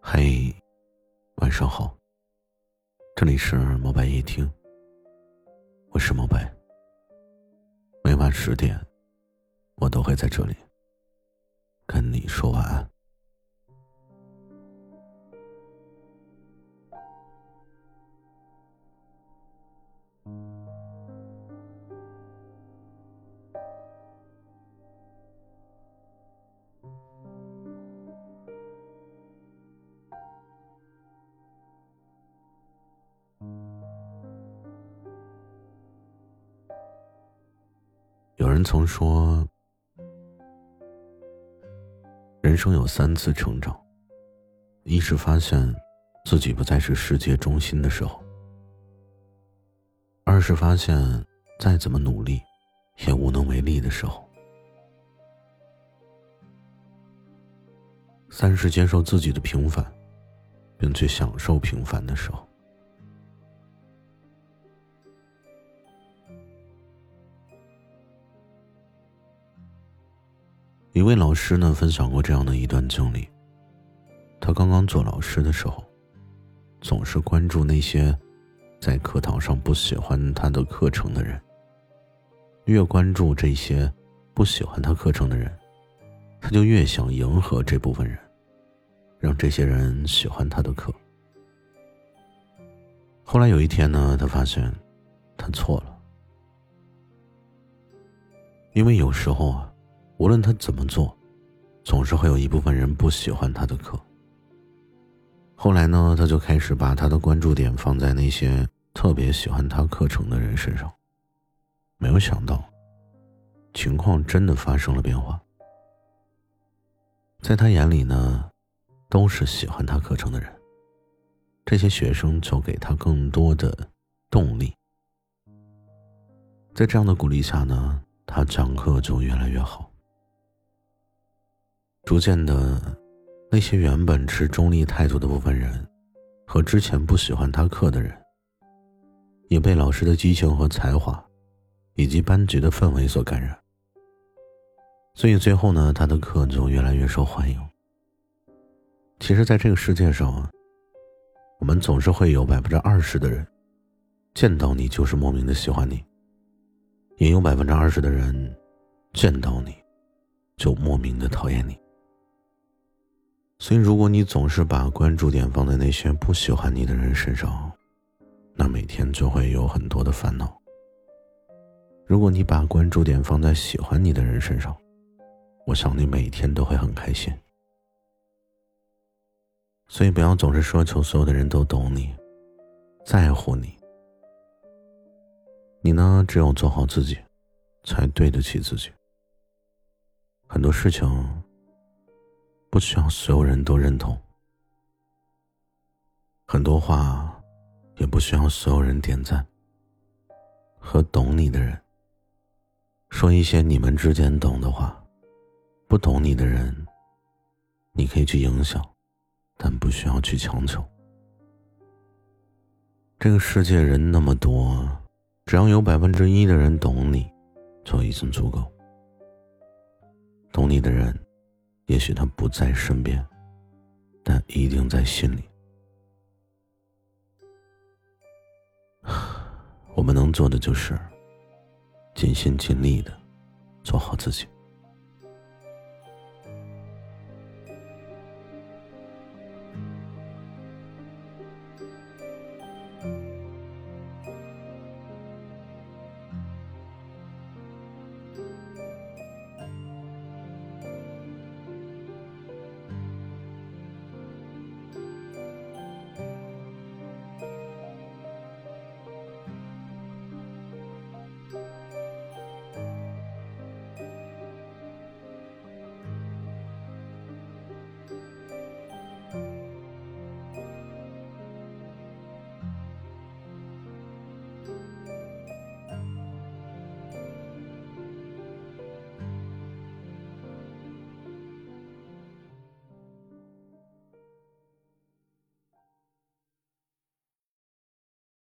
嘿，晚上好，这里是毛白夜听，我是毛白。每晚10点，我都会在这里跟你说晚安。有人曾说，人生有3次成长：一是发现自己不再是世界中心的时候；二是发现再怎么努力也无能为力的时候；三是接受自己的平凡，并去享受平凡的时候。一位老师呢分享过这样的一段经历，他刚刚做老师的时候，总是关注那些在课堂上不喜欢他的课程的人，越关注这些不喜欢他课程的人，他就越想迎合这部分人，让这些人喜欢他的课。后来有一天呢，他发现他错了，因为有时候啊，无论他怎么做，总是会有一部分人不喜欢他的课。后来呢，他就开始把他的关注点放在那些特别喜欢他课程的人身上。没有想到，情况真的发生了变化。在他眼里呢，都是喜欢他课程的人，这些学生就给他更多的动力。在这样的鼓励下呢，他讲课就越来越好。逐渐的，那些原本持中立态度的部分人和之前不喜欢他课的人，也被老师的激情和才华以及班级的氛围所感染。所以最后呢，他的课就越来越受欢迎。其实在这个世界上，我们总是会有20%的人见到你就是莫名的喜欢你，也有20%的人见到你就莫名的讨厌你。所以如果你总是把关注点放在那些不喜欢你的人身上，那每天就会有很多的烦恼。如果你把关注点放在喜欢你的人身上，我想你每天都会很开心。所以不要总是奢求所有的人都懂你，在乎你。你呢，只有做好自己，才对得起自己。很多事情不需要所有人都认同，很多话也不需要所有人点赞。和懂你的人说一些你们之间懂的话，不懂你的人你可以去影响，但不需要去强求。这个世界人那么多，只要有1%的人懂你就已经足够。懂你的人也许他不在身边，但一定在心里。我们能做的就是尽心尽力的做好自己。